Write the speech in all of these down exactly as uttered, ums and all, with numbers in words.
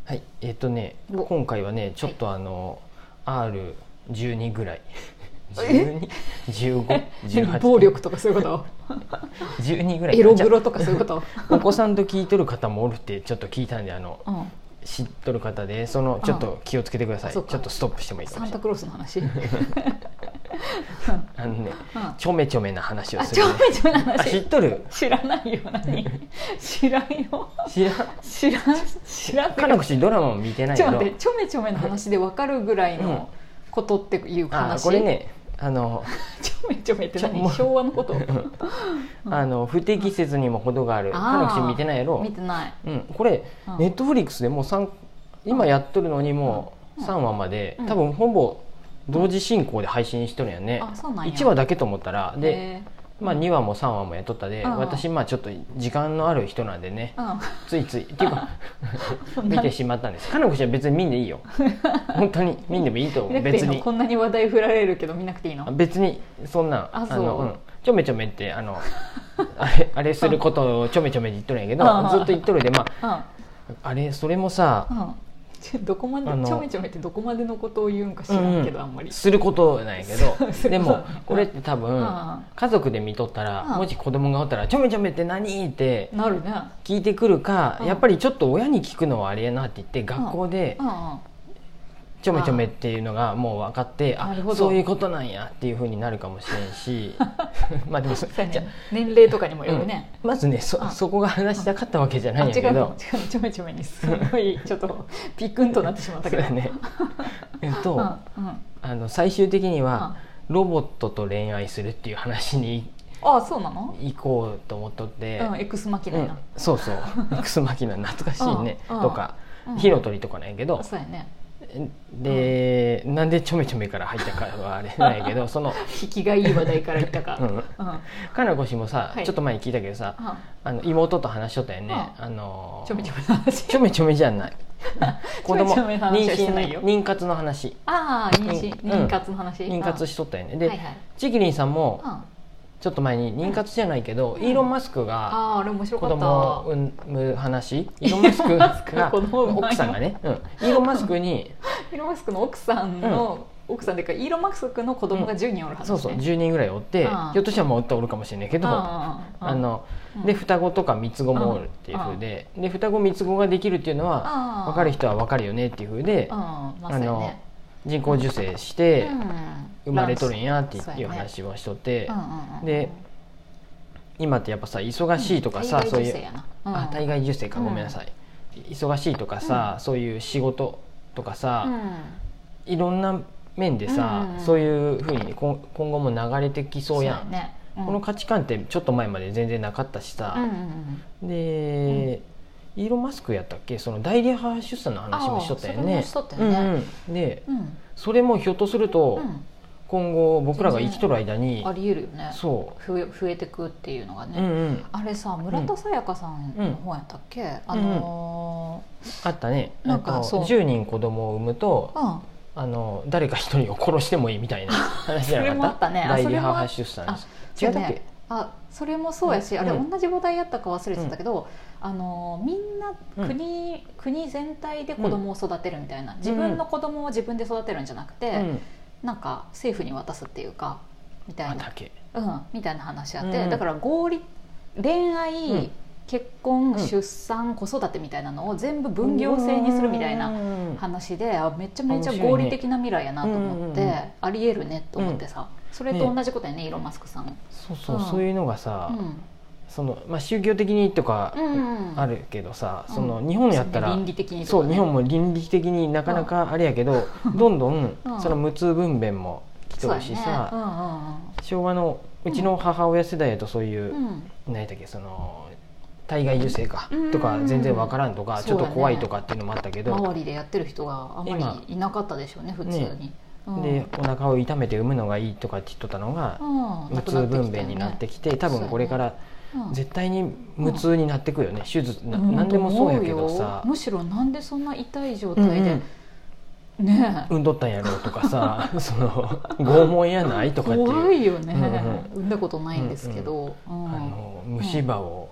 はい、えっ、ー、とね今回はねちょっとあの、はい、アールじゅうに ぐらいじゅうに、じゅうご、じゅうはち暴力とかそういうことじゅうにぐらいエログロとかそういうことお子さんと聞いとる方もおるってちょっと聞いたんであの、うん、知っとる方でそのちょっと気をつけてください。ちょっとストップしてもいいかもしれない。 サンタクロースの話あのね、うん、ちょめちょめな話をする、ね、ちょめちょめな話知っとる？ 知らないよ。何知らんよ。知らん知らん知らんかなこしドラマも見てないけど、 ちょっと待って、ちょめちょめの話で分かるぐらいのことっていう話、うん、 あこれねあのちょめちょめって何？昭和のことあの不適切にも程がある。かなこし見てないやろ？ 見てない、 うん、これ、うん、ネットフリックスでもうさん今やっとるのにもうさんわまで、うん、多分ほぼ同時進行で配信しとるんやね、 あそうなんや。 いちわだけと思ったらで、まあ、にわもさんわもやっとったで、うん、私まあちょっと時間のある人なんでね、うん、ついついっていうか見てしまったんです。かなこしは別に見んでいいよ本当に見んでもいいと思う。別にこんなに話題振られるけど見なくていいの？ 別にそんなあそうあの、うん、 ちょめちょめってあのあれ、あれすることをちょめちょめって言っとるんやけどずっと言っとるで、まあ、あれそれもさ、うんどこまでちょめちょめってどこまでのことを言うんか知らんけど、うん、あんまりすることなんやけどでもこれって多分家族で見とったらもし子供がおったらちょめちょめって何って聞いてくるか、やっぱりちょっと親に聞くのはあれやなって言って学校でちょめちょめっていうのがもう分かって、あそういうことなんやっていう風になるかもしれんしまあでもそじゃ年齢とかにもよるね、 うん、まずね そ, そこが話したかったわけじゃないんやけど、違うの違うのちょめちょめにすごいちょっとピクンとなってしまったけどねえっと、うんうん、あの最終的にはロボットと恋愛するっていう話にあそうなの行こうと思っとって、 うん、エクスマキナな、うん、 そうそうエクスマキナ懐かしいねとか、うん、火の鳥とかなんやけど、 そうやねで、うん、なんでちょめちょめから入ったかはあれなんやけどその引きがいい話題からいったか、うんうん、 かなこしもさ、はい、ちょっと前に聞いたけどさ、うん、あの妹と話しとったよね、 うん、 あのちょめちょめの話ちょめちょめじゃない子供ちょめちょめの話はしてないよ。 妊活の話、 ああ妊娠妊活の話、 妊活しとったよね。で、 はいはい、 ちきりんさんも、うんちょっと前に妊活じゃないけど、うん、イーロン・マスクが子供を産む話、イーロン・マスクが奥さんがね、うん、イーロン・マスクにイーロン・マスクの奥さんの、うん、奥さんでかイーロン・マスクの子供がじゅうにんおるはず、ね、 そうそうじゅうにんぐらいおって、ひょっとしたらもうおったらおるかもしれないけど、あので双子とか三つ子もおるっていう風で、で双子三つ子ができるっていうのは分かる人は分かるよねっていう風で、あの人工授精して生まれとるんやっていう話をしとって、で今ってやっぱさ忙しいとかさ、そういうあ体外受精かごめんなさい、忙しいとかさ、そういう仕事とかさ、いろんな面でさ、そういう風に今後も流れてきそうやん。この価値観ってちょっと前まで全然なかったしさ、でイーロン・マスクやったっけ、その代理母出産の話もしとったよね。で、うん、それもひょっとすると、うん、今後僕らが生きとる間にありえるよね。 そう増え、増えてくっていうのがね、 うんうん、 あれさ村田沙耶香さんの方やったっけ、うん、あのー、あったね。なんかじゅうにん子供を産むと、うん、あの誰か一人を殺してもいいみたいな話じゃなかった？それもあったね。代理母出産です。違ったっけ？ あそれもそうやし、うん、あれ同じ話題やったか忘れてたけど、うん、あのみんな国、うん、国全体で子供を育てるみたいな、うん、自分の子供を自分で育てるんじゃなくて、うん、なんか政府に渡すっていうかみたいな、うん、みたいな話あって、うん、だから合理恋愛、うん、結婚、うん、出産子育てみたいなのを全部分業制にするみたいな話で、あめちゃめちゃ合理的な未来やなと思って、ね、ありえるねと思ってさ、うんそれと同じことやね、イーロン・マスクさん。 そうそう、うん、そういうのがさ、うん、そのまあ、宗教的にとかあるけどさ、うん、その日本やったら、 倫理的にとか、ね、 そう日本も倫理的になかなかあれやけど、うん、どんどんその無痛分娩も来とるしさ、ねうんうんうん、昭和のうちの母親世代やとそういう、うん、何やったっけその体外受精かとか全然わからんとか、ちょっと怖いとかっていうのもあったけど、 周りでやってる人があんまりいなかったでしょうね普通に。ねでお腹を痛めて産むのがいいとかって言っとったのが、うん、無痛分娩になってきて、多分これから絶対に無痛になってくよね、うん、手術な、うん、何でもそうやけどさ、 むしろなんでそんな痛い状態で、うんうん、ね産んどったんやろうとかさその拷問やないとかっていう怖いよね、うんうん、産んだことないんですけど、 うんうんうん、あの虫歯を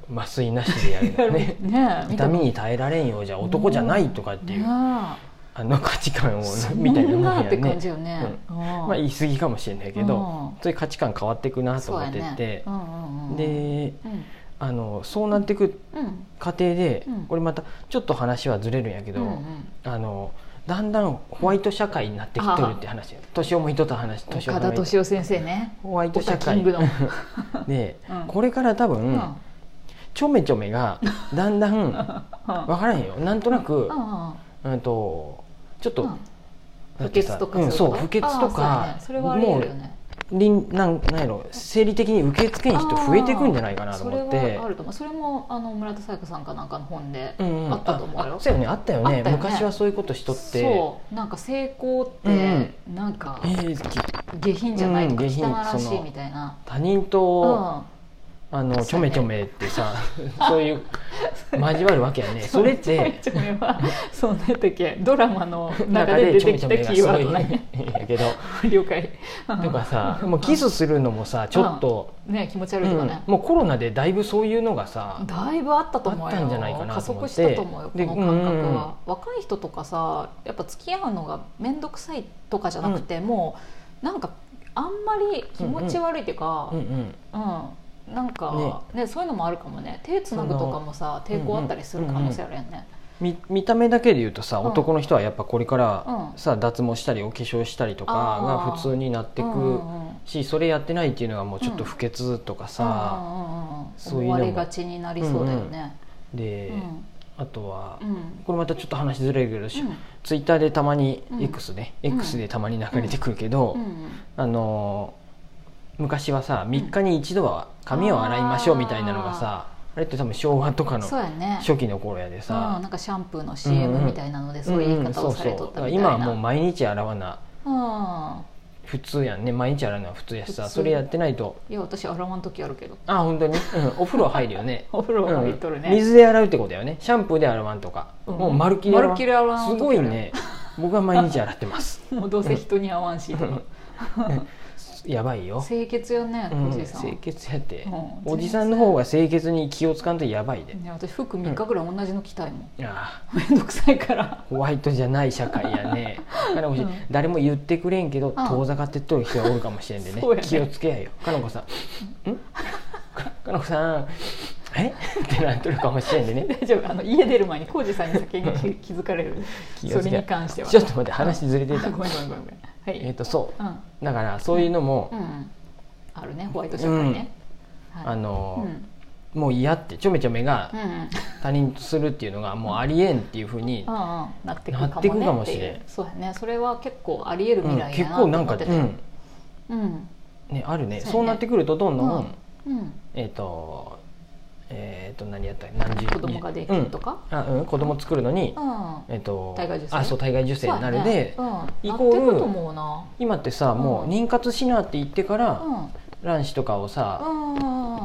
麻酔なしでやるのねね痛みに耐えられんようじゃ男じゃないとかっていう、あの価値観をみたいなもんやねって感じよね、 うん、まあ言い過ぎかもしれないけど、そういう価値観変わっていくなと思ってて、で、あのそうなっていく過程で、うん、これまたちょっと話はずれるんやけど、うんうん、あのだんだんホワイト社会になってきてるって話、敏夫も言っとった話、 岡田敏夫先生ね、 ホワイト社会で、うん、これから多分、うん、ちょめちょめがだんだん分からんよ、なんとなく、うん、とちょっと、 うん、不潔とか、 うん、そう不潔とか、 それはあり得るよね。 なんなんやろ、生理的に受け付けん人増えていくんじゃないかなと思って。 それはあると思う。それもあの村田沙耶香さんかなんかの本であったと思うよ。 そうよね、あったよね。昔はそういうことしとって、 そうなんか成功ってなんか下品じゃないとか汚らしいみたいな、 他人とあのちょめちょめってさ、そういう交わるわけやね。それってちょめちょめはそうねってけドラマの中で出てきたキーワードね。 やけど了解。 とかさ、もうキスするのもさちょっとね気持ち悪いとかね。 もうコロナでだいぶそういうのがさだいぶあったと思うよ。 あったんじゃないかな加速したと思うよこの感覚は。若い人とかさやっぱ付き合うのが面倒くさいとかじゃなくて、もうなんかあんまり気持ち悪いっていうか、うんうんなんか ね, ねそういうのもあるかもね。手つなぐとかもさ抵抗あったりする可能性あるやんね。 見, 見た目だけで言うとさ、うん、男の人はやっぱこれからさ、うん、脱毛したりお化粧したりとかが普通になっていくし、それやってないっていうのがもうちょっと不潔とかさ、 そういうのも思われがちになりそうだよね。 うんうん、で、うん、あとは、うん、これまたちょっと話ずれるけど、うん、ツイッターでたまに X ね、うん、X でたまに流れてくるけど、うんうん、あの昔はさみっかに一度は髪を洗いましょうみたいなのがさ、あれって多分昭和とかの初期の頃やでさ、 うん、なんかシャンプーの シーエム みたいなのでそういう言い方をされとったみたいな。 今はもう毎日洗わな普通やんね。毎日洗うのは普通やしさ、それやってないと。 いや私洗わん時あるけど。 あ本当に、うん、お風呂入るよね。 お風呂入っとるね、 うん、水で洗うってことだよね。シャンプーで洗わんとか、うん、もうまるっきり洗わん。 まるっきり洗わん。 すごいね。僕は毎日洗ってますもうどうせ人に合わんしやばいよ。 清潔よね、おじさん。 清潔やって、うん、おじさんの方が清潔に気を使うとやばいで、 ね、私服みっかぐらい同じの着たいもん、うん、 あめんどくさいからホワイトじゃない社会やねかのこ、うん、誰も言ってくれんけど遠ざかってっとる人がおるかもしれんで ね, ね気をつけやよ。かのこさんんかのこさんえってなってるかもしれんでね。 大丈夫、あの家出る前に浩二さんに先に気づかれるそれに関しては。 ちょっと待って話ずれてたごめんごめんごめん、はい、 えーとそう、うん、だからそういうのも、 うんうん、あるねホワイト社会ね、 うんはい、あの、うん、もう嫌ってちょめちょめが他人とするっていうのがもうありえんっていうふうになっていくかもしれん。 そうやね、それは結構ありえる未来やなと思ってた、うん、結構なんか、うんね、あるね。そうなってくるとどんどん、うん、えっ、ー、とえー、と何やった何十子供ができるとか、 うんあうん、子供作るのに、うんえー、と体外受精あそう体外受精になるで、ねうん、イコール今ってさ、うん、もう妊活しなって言ってから、うん、卵子とかをさ、うん、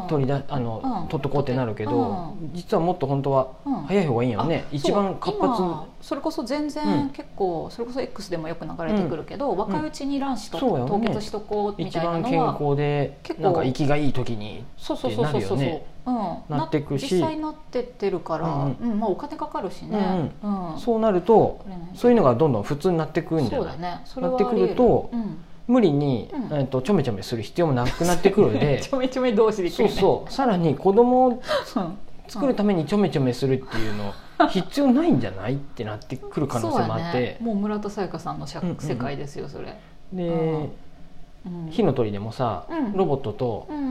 取りだあの、うん、取っとこうってなるけど、うん、実はもっと本当は早い方がいいよね、うん、一番活発。 それこそ全然結構、うん、それこそ X でもよく流れてくるけど、うん、若いうちに卵子と凍結しとこうみたいなのは、 一番健康でなんか息がいい時にってなるよね。うん、なっていくし実際なってってるから、うんうんまあ、お金かかるしね、 うんうん、そうなるとそういうのがどんどん普通になってくるんじゃない。 そうだね、それはなってくると、うん、無理に、うんえー、とちょめちょめする必要もなくなってくるのでちょめちょめ同士できるね。 そうそうさらに子供を作るためにちょめちょめするっていうの必要ないんじゃないってなってくる可能性もあって、ね、 もう村田沙耶香さんの世界ですよそれで、うんうん、火の鳥でもさ、うん、ロボットと、うん、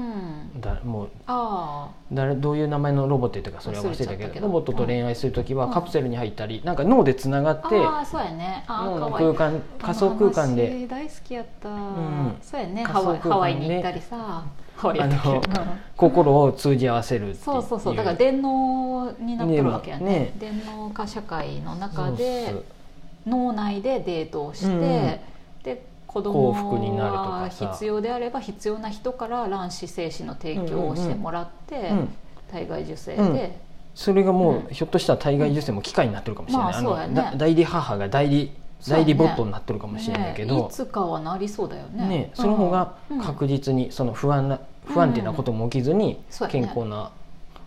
だもうあ誰どういう名前のロボットっていうかそれは忘れたけど、けどロボットと恋愛するときはカプセルに入ったり、うん、なんか脳でつながって、 あそうやね、あ脳の空間仮想空間で大好きやった、うん、そうやね、ハワイ、ハワイに行ったりさハワイやったっけ、 あの心を通じ合わせるっていう。 そうそうそう、だから電脳になってるわけや ね, ね電脳化社会の中でそうそう脳内でデートをして、うん、で子供が必要であれば必要な人から卵子精子の提供をしてもらって、うんうんうん、体外受精で、うん、 それがもう、うん、ひょっとしたら体外受精も機械になってるかもしれない、うんまあね、あの代理母が代理代理ボットになってるかもしれないけど、 ねね、いつかはなりそうだよ ね, ねその方が確実にその不安な不安定なことも起きずに健康な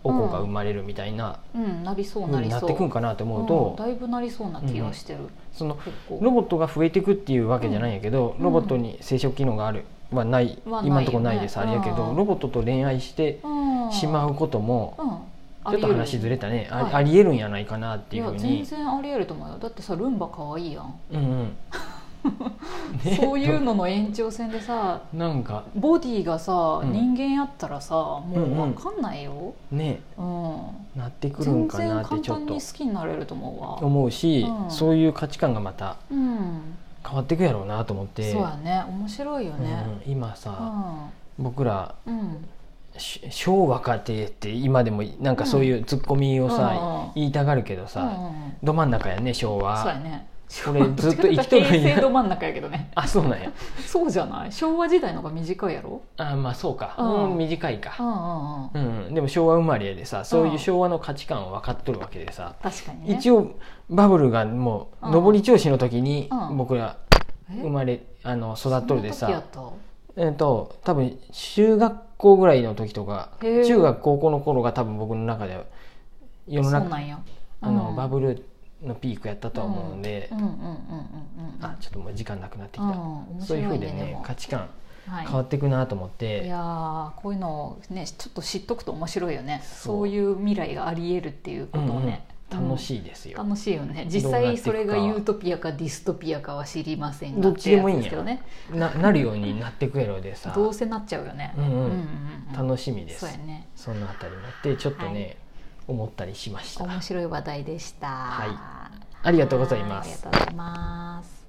お子が生まれるみたいな、 うん、うん、なりそうなりそうなってくんかなと思うと、 うん、だいぶなりそうな気がしてる、うん、 そのロボットが増えていくっていうわけじゃないんやけど、うん、ロボットに生殖機能があるはない、うん、今のところないです、ね、あれやけど、うん、ロボットと恋愛してしまうことも、うんちょっと話ずれたね、あり、はい、ありえるんやないかなっていうふうに。いや全然ありえると思うよ。だってさルンバ可愛いやん、 うんうんね、そういうのの延長線でさなんかボディがさ、うん、人間やったらさもう分かんないよ、うんうん、ね、うん、なってくるんかなってちょっと全然簡単に好きになれると思うわ思うし、うん、そういう価値観がまた変わっていくやろうなと思って、 そうやね面白いよね、 うん、今さ、僕ら、うん昭和かって言って今でもなんかそういうツッコミをさ、うん、言いたがるけどさ、うんうん、ど真ん中やね昭和。 そうやね。 これずっと生きとるんや。 平成ど真ん中やけどね。 あそうなんや。 そうじゃない。昭和時代の方が短いやろ。 あまあそうか。うん、短いか。うんうんうん。うんでも昭和生まれでさそういう昭和の価値観を分かっとるわけでさ。 確かに、ね、 一応バブルがもう上り調子の時に僕ら生まれあの育っとるでさ。えっと多分中学校ぐらいの時とか中学高校の頃が多分僕の中では世の中あの、うん、バブルのピークやったとは思うんで、あちょっともう時間なくなってきた、うん、そういうふうでね価値観変わっていくなと思って、はい、 いやこういうのをねちょっと知っとくと面白いよね。そういう未来があり得るっていうことをね、 うんうん、楽しいですよ、 うん、楽しいよね。実際それがユートピアかディストピアかは知りませんがどっちでもいいんやけどね な, なるようになってくやろでさどうせなっちゃうよね、うんうんうんうん、楽しみです。 そうやね、 そのあたりもってちょっとね、はい、思ったりしました。 面白い話題でした。 はい、ありがとうございます。 ありがとうございます。